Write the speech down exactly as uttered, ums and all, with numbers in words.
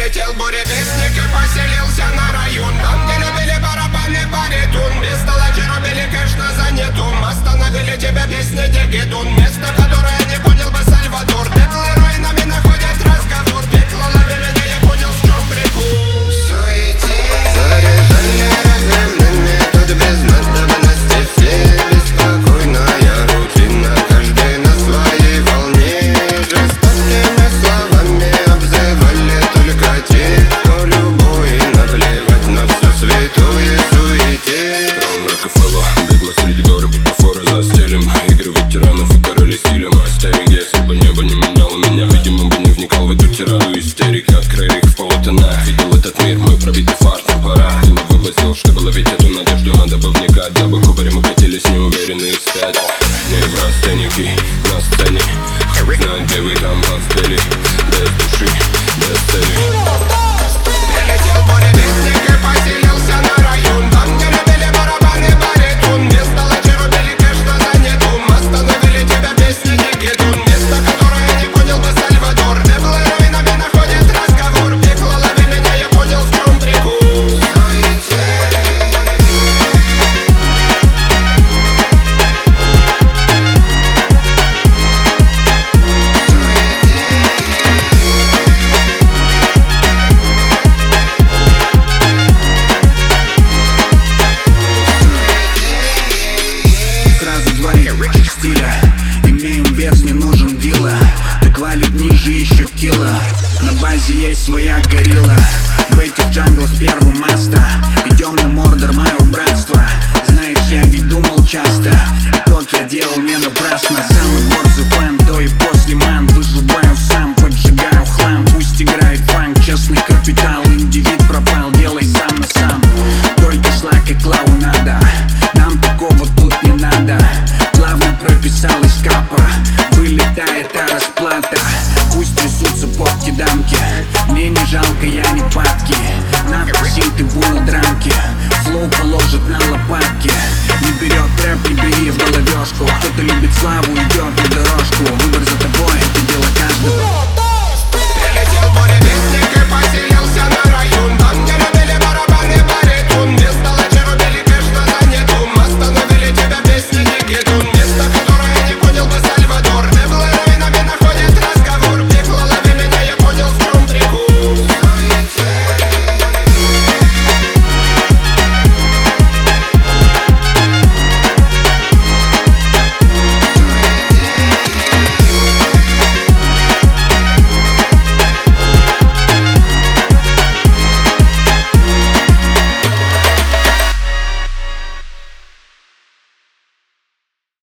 Прилетел буревестник и поселился на район, там, где любили барабаны, баритон. Без столачи рубили кэш на занятом. Остановили тебя песни Дигидон. Место, которое не понял бы Сальвадор. Беглые руинами находят разговор. Пекло ловили, но я понял, в чем прикол. Суете заряжали разрывными, тут без надобности все. Беспокойная рутина, каждый на своей волне. Жестокими словами обзывали только те, кто любой, наплевать на все святое суете. Рокфелло, бегло среди горы, бутафоры застелим. Игры ветеранов и короли стиля. Мастеринг, если бы небо не меняло меня, видимо, бы не вникал в эту тираду истерик. Открой их в полутонах, видел этот мир, мы пробиты фартом, пора. Ты не вывозил, чтобы ловить эту надежду, надо бы вникать. Дабы кубарем мы катились неуверенные вспять. Неврастенники на сцене, знать, где вы там воспели. Без души, без цели. Прилетел буревестник и поселился на район, там, где любили барабаны, баритон. Без столачи рубили кэш на занятом. Остановили тебя песни Дигидон. Место, которое не понял бы Сальвадор. Беглые руинами находят разговор. Пекло ловили, но я понял, в чем прикол. Сразу два речи стиля. Имеем вес, не нужен дила. Так валит ниже еще кило. На базе есть своя горилла. В этих джанглах первый маста. Идем на мордор, мое братство. Знаешь, я ведь думал часто, и тот я делал не напрасно. Самый борзый фан, до и после ман. Выживаю сам, поджигаю хлам. Пусть играет фанк, честный капитал. Индивид пропал, делай сам на сам. Только шлак и клоунада. Нам такого тут не надо. Плавно прописал из капа. Вылетает та расплата. Пусть трясутся попки-дамки. Мне не жалко, я не падки. На синты будут драмки. Флоу положит на лопатки. Не берет рэп, не бери в головешку. Кто-то любит славу, идет на дорожку.